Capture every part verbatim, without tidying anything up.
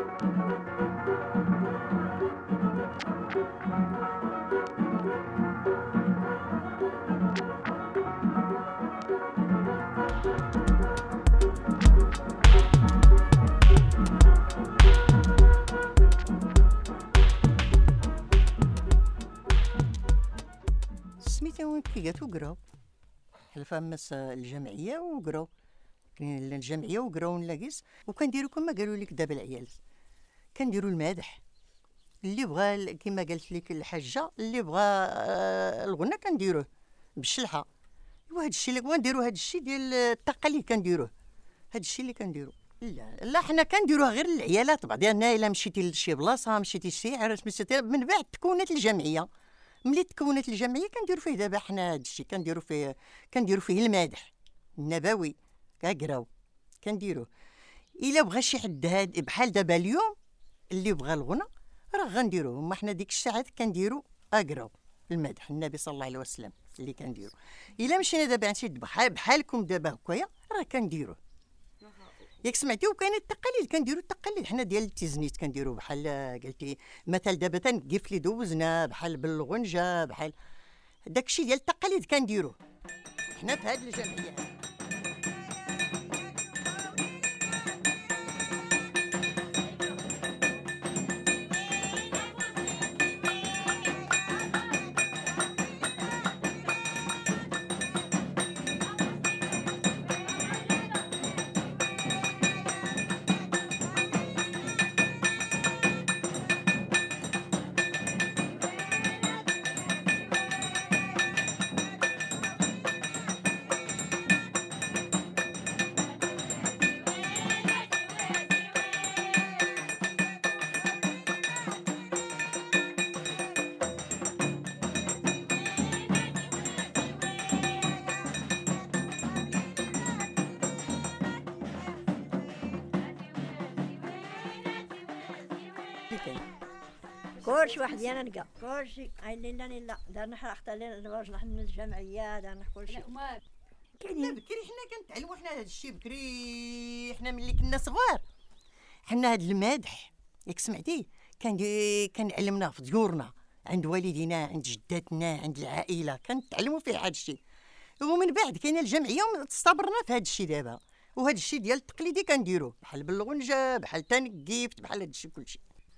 سميتو كيقاتو قراو الفامس الجمعيه وقراو كاين الجمعيه وقراو نلاقيس وكنديروا كما قالوا لك دابا العيال كنديروا المادح اللي بغى كما قالت لك الحاجه اللي بغى آه الغنى كنديروه بالشلحه وهذا الشيء اللي كنديروا هذا الشيء ديال التقاليد كنديروه هذا الشيء اللي كنديروا لا لا حنا كنديروه غير العيالات بعضياتنا الا مشيتي لشي بلاصه مشيتي لشي عرس مشيتي من بعد تكونت الجمعيه ملي تكونت الجمعيه كنديروا فيه دابا حنا هذا الشيء كنديروا فيه كنديروا فيه المادح النبوي كقراو كنديروه الا بغى شي حد هاد بحال دابا اليوم اللي بغى الغنى راه غنديروه ما حنا ديك الساعات كنديروا اقراو المدح النبي صلى الله عليه وسلم اللي كنديروا الا مشينا دابا عند شي بحال بحالكم دابا هكايا راه كنديروه ياك سمعتي وكاين التقاليد كنديروا التقاليد حنا ديال التزنيت كنديروا بحال قلتي مثلا دابا تنقف اللي دوزنا بحال بالغنجه بحال داكشي ديال التقاليد كنديروه حنا في هذه الجمعيه. كلشي واحد ديالنا نلقى كلشي عايلين لا لا دارنا حتى لنا من الجمعيه دارنا كلشي كاينين بكري حنا كنتعلموا حنا هذا الشيء بكري حنا ملي كنا صغار حنا هذا المدح ياك سمعتي كان كنعلمناه في ديورنا عند والدينا عند جداتنا عند العائله كنتعلموا فيه هذا الشيء ومن بعد كاينه الجمعيه واستبرنا في هذا الشيء دابا وهذا الشيء ديال التقليدي كنديروه بحال بالغنجه بحال تنقيفت بحال هذا الشيء كلشي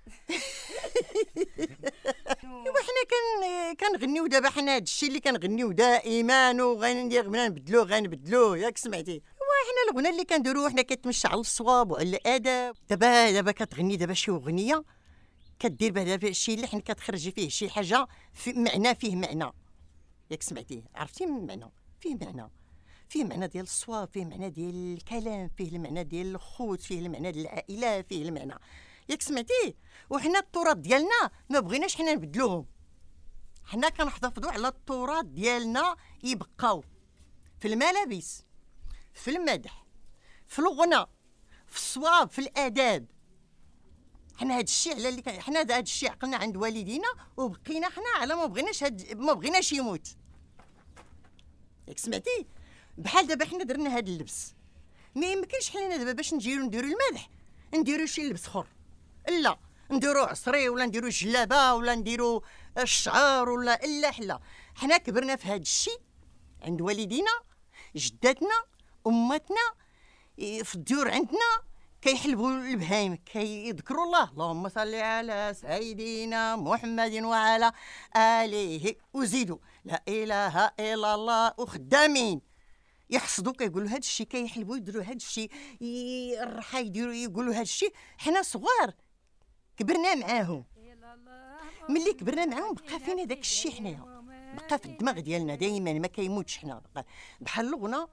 ايوا حنا كن كنغنيو دابا حنا هذا الشيء اللي كنغنيو دائما وغندير بغينا نبدلوه غنبدلوه ياك سمعتي ايوا حنا الغنى اللي كنديروه حنا كتمشى على الصواب وعلى الادب دابا دابا كتغني دابا شي اغنيه كدير بهذا الشيء اللي حنا كتخرجي فيه شي حاجه في معنى فيه معنى ياك سمعتي عرفتي من معنى فيه معنى فيه معنى ديال الصواب فيه معنى ديال الكلام فيه المعنى ديال الخوت فيه المعنى ديال العائله فيه المعنى ياك سمعتي وحنا التراث ديالنا ما بغيناش حنا نبدلوهم حنا كنحافظوا على التراث ديالنا يبقاو في الملابس في المدح في الغنى في الصواب في الاداب حنا هذا الشيء على اللي حنا هذا الشيء عقلنا عند والدينا وبقينا حنا على ما بغيناش هاد ما بغيناش يموت ياك سمعتي بحال دابا حنا درنا هذا اللبس ما يمكنش حنا دابا باش نجيو نديرو المدح نديرو شي لبس اخر لا نديرو عصري ولا نديرو جلابه ولا نديرو الشعر ولا الا حلا حنا كبرنا في هذا الشيء عند والدينا جداتنا اماتنا في الديور عندنا كيحلبوا البهايم كيذكروا الله اللهم صل على سيدنا محمد وعلى اله وزيدوا لا اله الا الله وخدامين يحصدوا كيقولوا هذا الشيء كيحلبوا يديروا هذا الشيء الرحا يديروا يقولوا هذا الشيء حنا صغار كبرنا معاهم ملي كبرنا معاهم بقى فينا داك الشيء حنايا بقى في الدماغ ديالنا دائما ما كيموتش حنا بقى بحال الغنى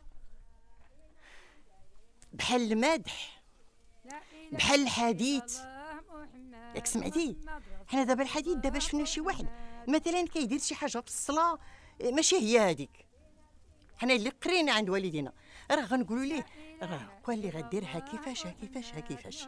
بحال المدح بحال الحديث ياك سمعتي حنا دابا الحديث دابا شفنا شي واحد مثلا كيدير شي حاجه في الصلاه ماشي هي هذيك حنا اللي قرينا عند والدينا راه غنقولوا ليه راه قال لي غديرها كيفاش كيفاش كيفاش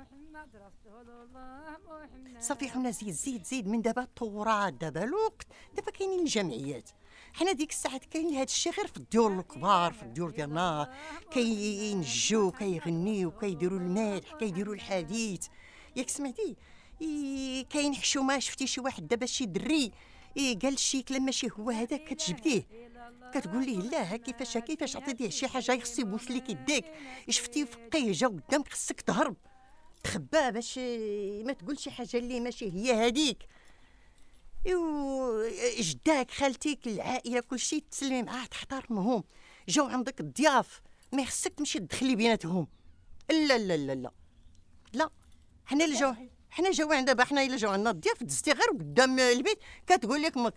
صافي حنا زيد زيد زيد من دابا التراث دابا الوقت دابا كاينين الجمعيات حنا ديك الساعات كاين هذا الشيء غير في الديور الكبار في الديور ديالنا كينجوا كيغنيو كيديروا المدح كيديروا الحديث ياك سمعتي؟ إيه كاين حشومه، شفتي شي واحد دابا شي دري إيه قال شي كلام ماشي هو هذاك، كتجبديه كتقول ليه لا كيفاش كيفاش عطيتيه شي حاجه يخص يبوس لك يديك، شفتي فقيه جا قدامك خصك تهرب تخبى باش ما تقول شي حاجه اللي ماشي هي هذيك. ايوا جداك خالتيك العائله كلشي تسلمي معاه تحترمهم، جاو عندك الضياف ما خصك تمشي تدخلي بيناتهم. لا لا لا لا لا حنا اللي جاو حنا جاو عندنا دابا، حنا الا جاو عندنا الضياف دزتي غير قدام البيت كتقول لك مك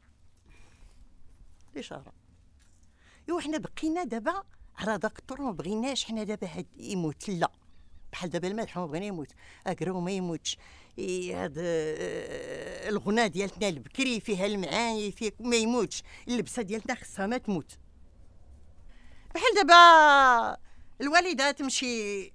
الاشاره. ايوا حنا بقينا دابا على داك الطور ما بغيناش حنا دابا هاد يموت، لا بحال دابا الملح ما بغينا يموت، اكرهو ما يموتش. هاد الغنى ديالتنا البكري فيها المعاني فيه ما يموتش، اللبسه ديالتنا خصها ما تموت. بحال دابا الوالده تمشي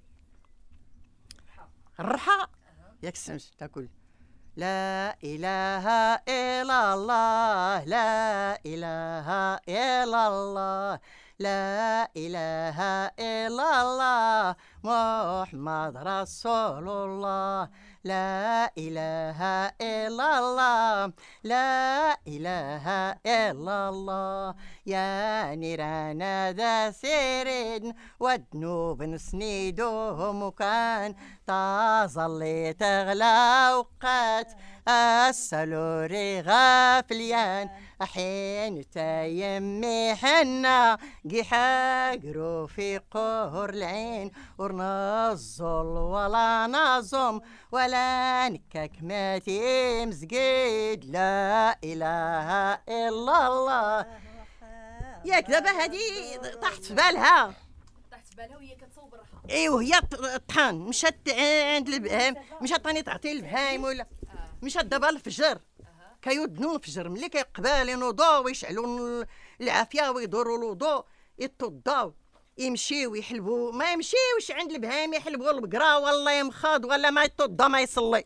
الرحى ياك سمعت تاكل لا اله الا الله لا اله الا الله لا اله الا الله محمد رسول الله لا اله الا الله لا اله الا الله يا نيران ذا سير والذنوب نسندهم وكان تظلي تغلى وقات السلوري غافليان حين تيمي حنا قي حاقرو في قهر العين ورنظل ولا نظم ولا نكاك ماتي مزقيد لا اله الا الله. ياك دابا هادي طاحت في بالها طاحت في بالها وهي كتصوب الرحى. ايوا هي طحان مشات عند البهايم، مشات طاني تعطي البهايم ولا مشات دابا الفجر كيودنوا الفجر ملي كيقبال ينوضوا ويشعلوا العافيه ويدوروا الوضوء يتوضاو يمشيو يحلبوا، ما يمشيوش عند البهايم يحلبوا البقره والله يمخاض ولا ما يتوضا ما يصلي.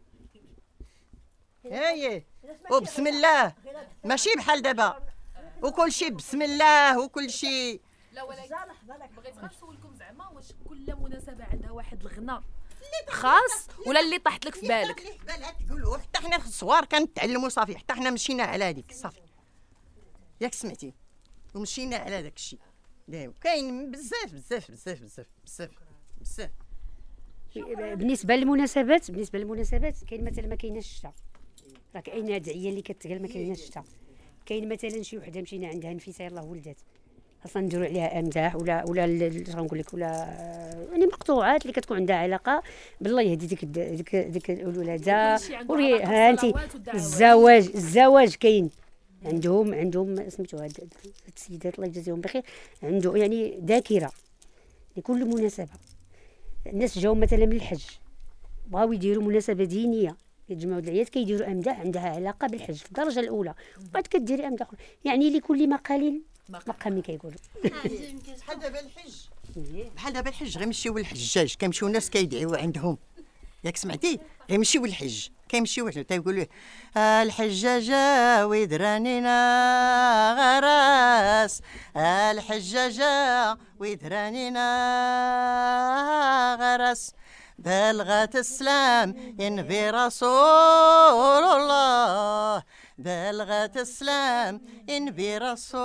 هاي وبسم الله ماشي بحال دابا وكل شيء بسم الله وكل شيء. لا ولكن بغيت غير نسولكم زعما واش كل مناسبه عندها واحد الغناء خاص ولا اللي طاحت لك في بالك؟ اللي في بالها تقولوا، حتى حنا الصغار كنتعلموا صافي، حتى حنا مشينا على هذيك صافي ياك سمعتي ومشينا على داك الشيء. كاين بزاف بزاف بزاف بزاف بزاف بزاف. بالنسبه للمناسبات بالنسبه للمناسبات كاين مثلا ما كايناش الشتا، راه كاينه ادعيه اللي كتقال ما كايناش الشتا. كاين مثلا شي وحده مشينا عندها نفيسه يلاه ولدات اصلا نديروا عليها امداح ولا ولا غنقول لك ولا يعني مقطوعات اللي كتكون عندها علاقه بالله يهدي ديك ديك ديك الولاده. ها انت الزواج الزواج كاين عندهم عندهم سميتو هاد السيدات الله يجازيهم بخير عنده يعني ذاكره لكل مناسبه. الناس جاو مثلا من الحج بغاو يديروا مناسبه دينيه كيتجمعوا العيات كيديروا امداح عندها علاقه بالحج في الدرجه الاولى، وبعد كديري امداح يعني لكل مقال مقام اللي كيقولوا. بحال دابا الحج بحال دابا الحج غيمشيو للحجاج كيمشيو الناس كيدعيو عندهم ياك سمعتي غيمشيو للحج كيمشيو تيقولوا له الحجاجه ويدرانينا غراس الحجاجه ويدرانينا غراس بلغت السلام ينبي رسول الله بلغت السلام ينبي رسول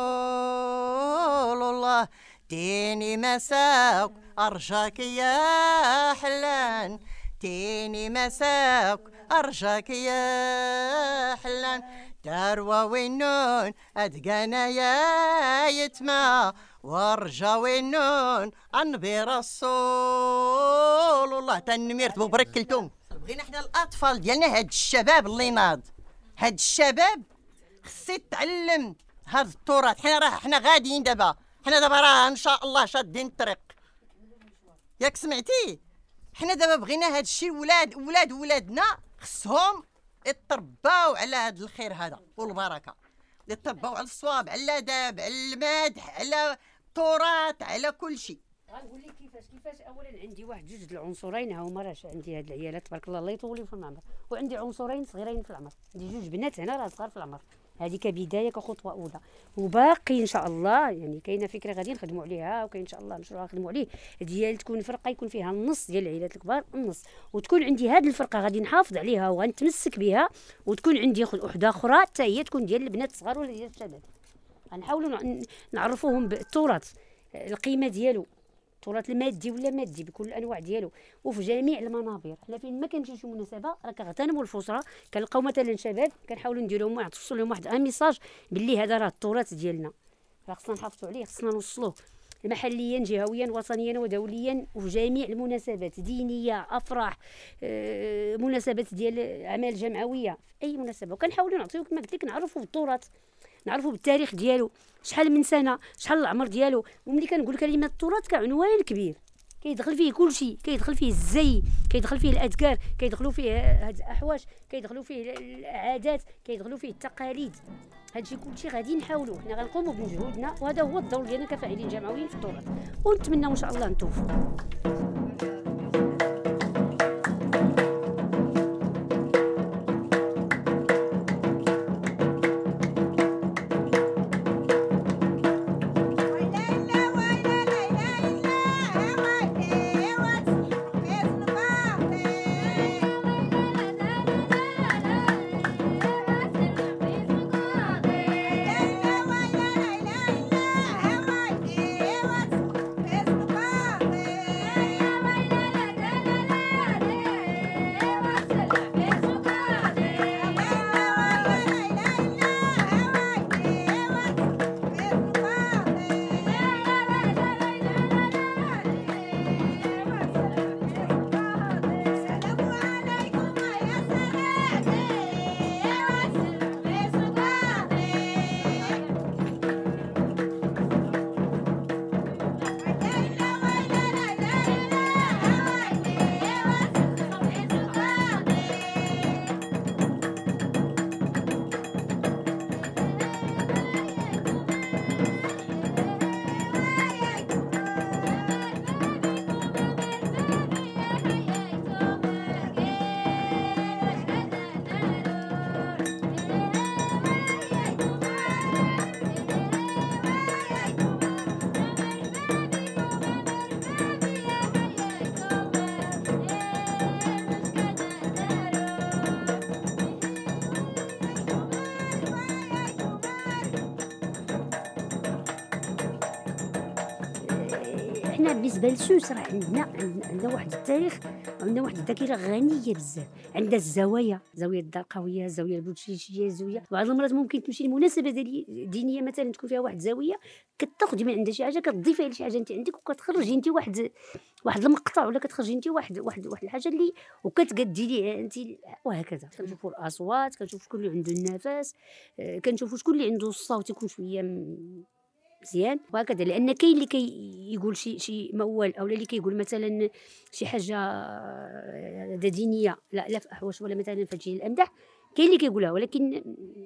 الله تيني مساك أرجاك يا حلان تيني مساك أرجاك يا حلان تروى والنون أدقانا يا يتما ورجا والنون أنبي رسول الله تنميرت ببرك كلتم. بغينا حنا الأطفال ديالنا هاد الشباب اللي ناض هاد الشباب خصو يتعلم هاد التراث. حنا راه حنا غاديين دابا حنا دابا راه ان شاء الله شادين الطريق ياك سمعتي. حنا دابا بغينا هاد الشيء ولاد ولاد ولادنا خصهم يترباو على هاد الخير هذا والبركه، يترباو على الصواب على الادب على المدح على التراث على كل شيء. غنقول لك كيفاش كيفاش اولا عندي واحد جوج د العنصرين ها هما راه عندي هاد العيالات تبارك الله الله يطول في العمر، وعندي عنصرين صغيرين في العمر، عندي جوج بنات هنا راه صغار في العمر هذه كبدايه كخطوه اولى. وباقي ان شاء الله يعني كاينه فكره غادي نخدموا عليها، وكاين ان شاء الله مشروع نخدموا عليه ديال تكون فرقه يكون فيها النص ديال العائلات الكبار، النص، وتكون عندي هذه الفرقه غادي نحافظ عليها وغنتمسك بها، وتكون عندي وحده اخرى حتى هي تكون ديال البنات الصغار ولا ديال الشباب. غنحاولوا نعرفوهم بالتراث، القيمه ديالو، التراث المادي ولا مادي بكل الانواع ديالو، وفي جميع المنابر. حنا فين ما كنمشيو شي مناسبه راه كنغتنموا الفسره، كنلقاو مثلا شباب كنحاولوا نديروا لهم واحد توصل لهم واحد ان ميساج باللي هذا راه التراث ديالنا، راه خصنا نحافظوا عليه، خصنا نوصلوه محليا جهويا وطنيا ودوليا، وفي جميع المناسبات دينيه، افراح، آه، مناسبات ديال اعمال جمعويه، في اي مناسبه. وكنحاولوا نعطيو كما قلت لك نعرفوا بالتراث، نعرفوا بالتاريخ ديالو، شحال من سنه، شحال العمر ديالو. وملي كنقول كلمه التراث كعنوان كبير كيدخل فيه كل شيء، كيدخل فيه الزي، كيدخل فيه الاذكار، كيدخلوا فيه هاد الاحواش، كيدخلوا فيه العادات، كيدخلوا فيه التقاليد. هادشي كلشي غادي نحاولوا حنا غنقوموا بمجهودنا، وهذا هو الدور ديالنا كفاعلين جمعويين في التراث، ونتمنى ان شاء الله نتوفقوا. حنا بالنسبه لسوس راه عندنا عندنا واحد التاريخ، عندنا واحد الذاكره غنيه بزاف. عندنا الزوايا، زاويه الدار قويه، زاويه البوتشيشيه، زاويه بعض المرات ممكن تمشي لمناسبه دينيه مثلا تكون فيها واحد زاويه، كتاخذي من عندها شي حاجه كتضيفيها لشي حاجه انت عندك، وكتخرجي انت واحد واحد المقطع، ولا كتخرجي انت واحد واحد واحد الحاجه اللي وكتقدي ليها انت، وهكذا. كنشوفوا الاصوات، كنشوف شكون اللي عنده النفس، كنشوفوا شكون اللي عنده الصوت يكون شويه مزيان وهكذا. لان كاين اللي كيقول شي شي موال، او اللي كيقول مثلا شي حاجه دينيه لا لا في احواش ولا مثلا في ديال الامدح، كاين اللي كيقولها ولكن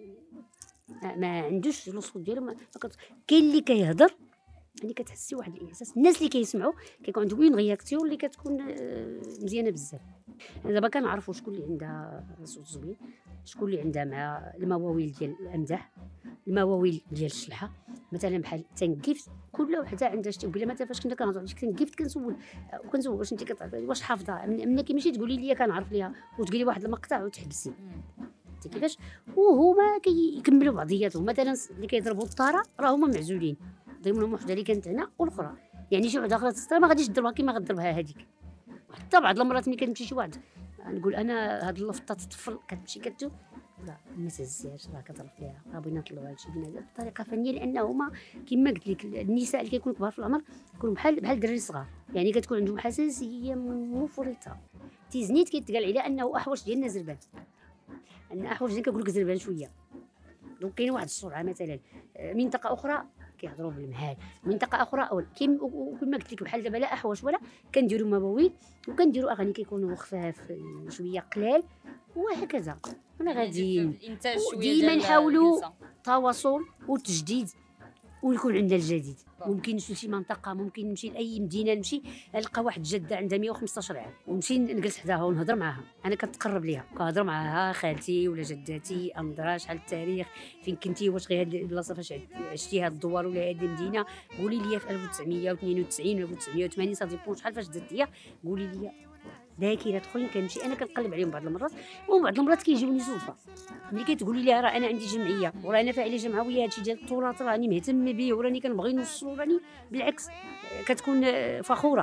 ما عندوش الصوت ديالو. ما كاين اللي كيهضر يعني كتحسي واحد الاحساس. الناس اللي كيسمعوا كيكون عندهم اون رياكسيون اللي كتكون مزيانه بزاف. دابا كنعرفوا شكون اللي عندها صوت زوين، شكون اللي عندها مع المواويل ديال الامدح، المواويل ديال الشلحه مثلا بحال تنقيفت، كل وحده عندها شي. وبلا مثلا فاش كنا كنهضروا على تنقيفت كنسول وكنسول واش انت كتعرفي واش حافظه، ملي كيمشي تقولي لي كنعرف ليها وتقولي واحد المقطع وتحبسي انت كيفاش. وهما كيكملوا بعضياتهم. مثلا اللي كيضربوا الطاره راه هما معزولين، ضمنهم وحده اللي كانت هنا والاخرى، يعني شي وحده اخرى تسطر ما غاديش تضربها كيما غتضربها هذيك. حتى بعض المرات ملي كتمشي شي واحد نقول انا هاد اللفطه تطفل كتمشي كتو لا ما تهزيهاش راه كتهرب فيها، راه بغينا نطلعوا هادشي بنادم بطريقه فنيه. لان هما كما قلت لك النساء اللي كيكونوا كبار في العمر كيكونوا بحال بحال الدراري الصغار، يعني كتكون عندهم حساسيه مفرطه. تيزنيت كيتقال عليه انه احوش ديالنا زربان، ان احوش ديالنا كنقول لك زربان شويه. دونك كاين واحد السرعه مثلا. منطقه اخرى كيهضروا بالمهال، منطقه اخرى او كيما كما قلت لك بحال دابا لا احوش ولا كنديروا مواويل وكنديروا اغاني كيكونوا خفاف شويه قلال وهكذا. انا غاديين ديما نحاولوا تواصل وتجديد ويكون عندنا الجديد. ممكن نمشي لشي منطقه، ممكن نمشي لاي مدينه، نمشي نلقى واحد جده عندها مية وخمسطاش عام ونمشي نجلس حداها ونهضر معاها. انا كتقرب ليها كنهضر معاها خالتي ولا جداتي انظرا شحال التاريخ، فين كنتي، واش غير هاد البلاصه فاش عشتي هاد الدوار ولا هاد المدينه، قولي لي في ألف وتسعمية واثنين وتسعين ولا ألف وتسعمية وثمانين صافي بون شحال فاش درت ليا، قولي لي. ذاكرات اخرين كنمشي انا كنقلب عليهم بعض المرات، ومن بعض المرات كيجيوني صدفه ملي كتقولي لي راه انا عندي جمعيه وراه انا فاعله جمعويه، هادشي ديال التراث راني مهتمه به وراني كنبغي نوصلو، راني بالعكس كتكون فخوره.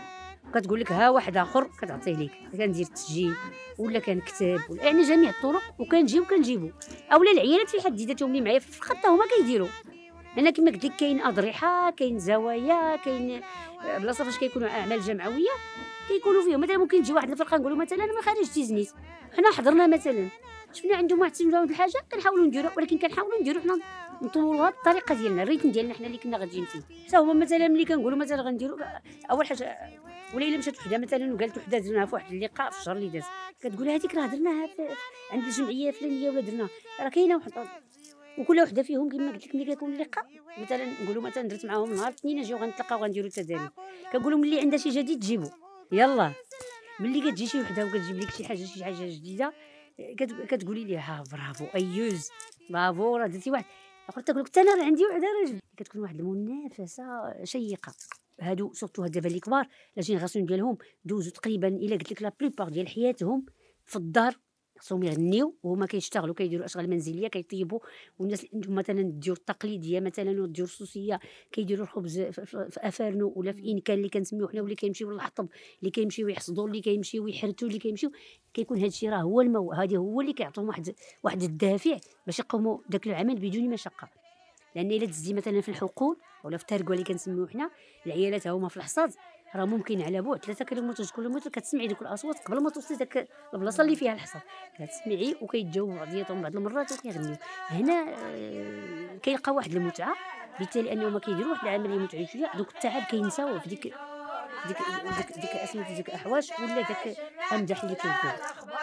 كتقول لك ها واحد اخر كتعطيه ليك، كندير التسجيل ولا كنكتب ولا يعني جميع الطرق وكنجي وكنجيبو. اولا العيالات في حد ذاتهم اللي معايا في الخط هما كيديروا. انا كما قلت لك كاين اضرحه، كاين زوايا، كاين بلاصه فاش كيكونوا اعمال جمعويه كيكونوا فيهم. مثلا ممكن تجي واحد الفرقه نقولوا مثلا انا ما خرجتي زنيت، حنا حضرنا مثلا شفنا عندهم واحد واحد الحاجه كنحاولوا نديروها، ولكن كنحاولوا نديروا حنا نطولوها بالطريقه ديالنا، الريتم ديالنا حنا اللي كنا غاديين فيه. حتى هما مثلا ملي كنقولوا مثلا غنديروا اول حاجه، ولا الا مشات وحده مثلا وقالت وحده درناها في واحد اللقاء في الشهر اللي داز، كتقول هذيك راه درناها عند الجمعيه الفلانيه ولا درنا راه كاينه واحد. وكل وحده فيهم كما قلت لك ملي كيكون اللقاء مثلا نقولوا مثلا درت معاهم نهار الاثنين نجيو غنتلاقاو غنديروا التدريب، كنقولوا ملي عندها شي جديد جيبوا يلا. ملي كتجي شي وحده وكتجيب لك شي حاجه شي حاجه جديده كتقولي لي ها برافو ايوز برافو راه درتي واحد اخر، تقول لك انا راه عندي وحده راجل. كتكون واحد المنافسه شيقه. هادو سورتو هاد دابا اللي كبار لا جينيراسيون ديالهم دوزوا تقريبا الا قلت لك لا بليبار ديال حياتهم في الدار، خصهم يغنيو وهما كيشتغلوا كيديروا اشغال منزليه كيطيبوا. والناس اللي عندهم مثلا الديور التقليديه مثلا والديور السوسيه كيديروا الخبز في افارنو ولا في انكان اللي كنسميو حنا، واللي كيمشيو للحطب، اللي كيمشيو يحصدوا، اللي كيمشيو يحرتوا، اللي كيمشيو كيكون هذا الشيء راه هو المو هذا هو اللي كيعطيهم واحد واحد الدافع باش يقوموا داك العمل بدون مشقه. لان الا تزدي مثلا في الحقول ولا في الترقوه اللي كنسميو حنا العيالات هما في الحصاد، راه ممكن على بعد ثلاثة كيلومتر كيلومتر كتسمعي دوك الاصوات قبل ما توصلي داك البلاصه اللي فيها الحصاد، كتسمعي وكيتجاوبوا بعضياتهم بعض المرات وكيغنيو. هنا آه كيلقى واحد المتعه، بالتالي انهم كيديروا واحد العمليه متعه شويه، دوك التعب كينساوه في ديك ديك ديك ديك اسميتو ديك الاحواش ولا داك امدح اللي كيقول.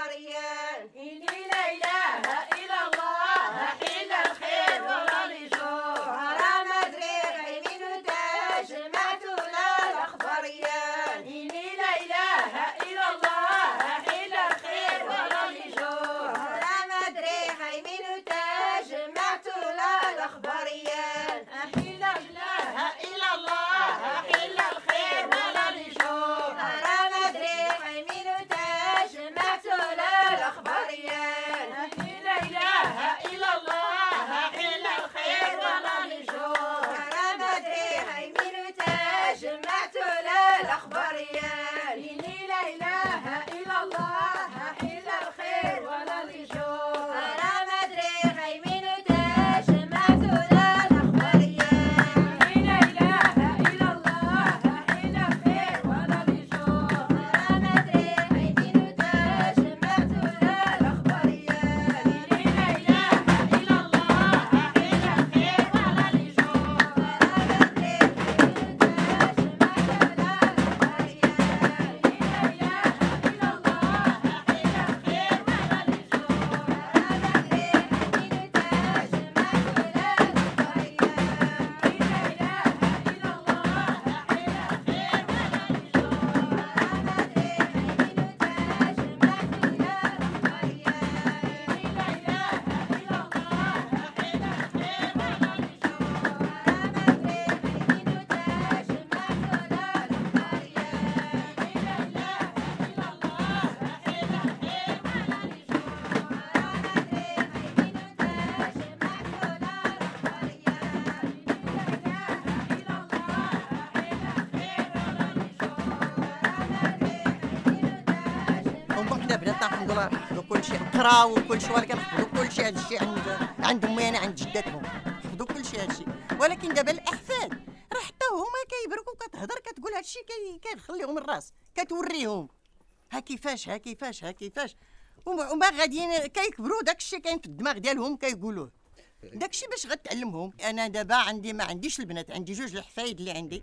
حفظوا كل شيء، قراو وكل شيء، ولكن حفظوا كل شيء. هذا الشيء عند عند امي انا عند جداتهم حفظوا كل شيء هذا الشيء. ولكن دابا الاحفاد راه حتى هما كيبركوا كتهضر كتقول هذا الشيء كيخليهم الراس، كتوريهم ها كيفاش ها كيفاش ها كيفاش وما غاديين كيكبروا. داك الشيء كاين في الدماغ ديالهم كيقولوه. داك الشيء باش غتعلمهم. انا دابا عندي ما عنديش البنات، عندي جوج الحفايد اللي عندي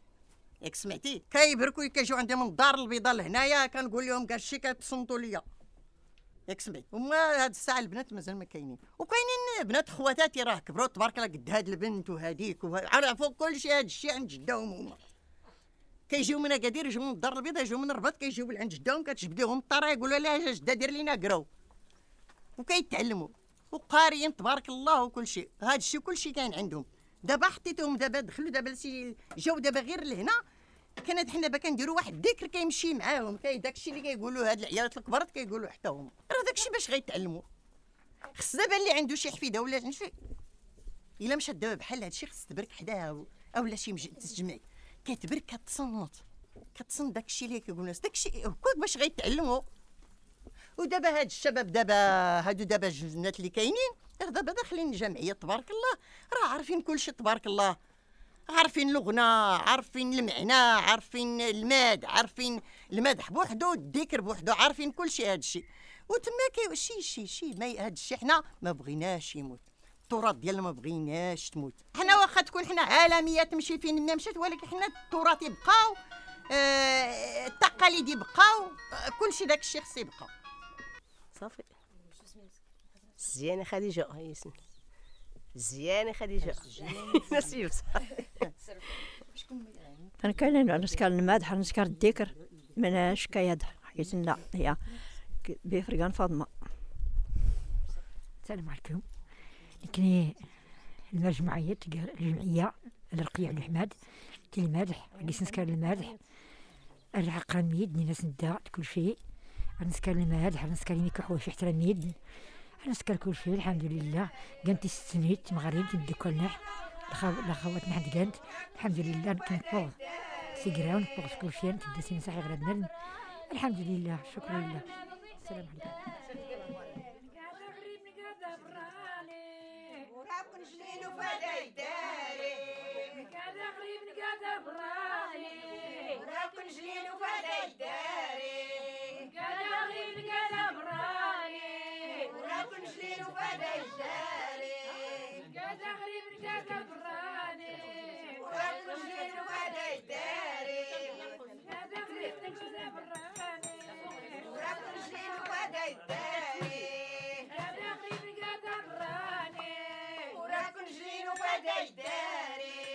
ياك سمعتي، كيبركوا كيجيو عندي من الدار البيضاء لهنايا كنقول لهم كاع الشيء كتصنتوا ليا ياك سمعت. هما هاد الساعه البنات مازال ما كاينين، وكاينين بنات خواتاتي راه كبروا تبارك الله قد هاد البنت وهاديك عرفوا كل شيء. هاد الشيء عند جداهم هما كيجيو من اكادير، يجيو من الدار البيضاء، يجيو من الرباط، كيجيو من عند جداهم كتجبديهم الطرا يقولوا لها جده دير لينا قراو وكيتعلموا وقاريين تبارك الله وكل شيء. هاد الشيء كل شيء كاين عندهم. دابا حطيتهم دابا دخلوا دابا جاو دابا غير لهنا. كانت حنا دابا كنديروا واحد الذكر كيمشي معاهم، كاي داكشي اللي كيقولوا هاد العيالات الكبارات كيقولوا حتى هما راه داكشي باش غيتعلموا. خص دابا اللي عنده شي حفيده ولا عنده شي الا مشات دابا بحال هادشي خص تبرك حداها اولا شي تجمعي كتبرك كتصنت كتصنت داكشي اللي كيقولوا داكشي هكاك باش غيتعلموا. ودابا هاد الشباب دابا هادو دابا الجنات اللي كاينين راه دابا داخلين الجمعيه تبارك الله، راه عارفين كلشي تبارك الله، عارفين الغنى، عارفين المعنى، عارفين الماد، عارفين المدح بوحدو، الذكر بوحدو، عارفين كلشي هاد الشيء. وتما كاين شي شي شي ما هاد الشيء حنا ما بغيناش يموت، التراث ديالنا ما بغيناش تموت. حنا واخا تكون حنا عالميه تمشي فين ما مشات، ولكن حنا التراث يبقاو، آه التقاليد يبقاو، آه كلشي داك الشيء خص يبقى. صافي. زيانه خديجه هي اسمها زيانه خديجه. ميرسي بصح. انا كاين نسكر المدح نسكر الذكر من شكايات حيت لا هي بفرقان فاطمه. السلام عليكم. كاين المجموعيه الجمعيه الرقيه عبد الحماد كاين المدح قيس نسكر المدح العقل ميد ناس ندا كل شيء نسكر المدح نسكر ميك حوايج احترام يد نسكر كل شيء الحمد لله. كانت ستنيت مغاربين تدكلنا لخواتنا حد كانت الحمد لله كنفوق سيكراون فوق كل شيء تدسين صحي غير الحمد لله شكرا لله. السلام عليكم. وراكن جليلو فدا يداري قاعدة غريب نقادر براني وراكن جليلو فدا يداري قاعدة غريب نقادر براني وراكن جليلو فدا يداري قاعدة غريب نقادر براني وراكن جليلو فدا يداري قاعدة غريب نقادر براني وراكن جليلو فدا يداري قاعدة غريب نقادر براني وراكن جليلو فدا يداري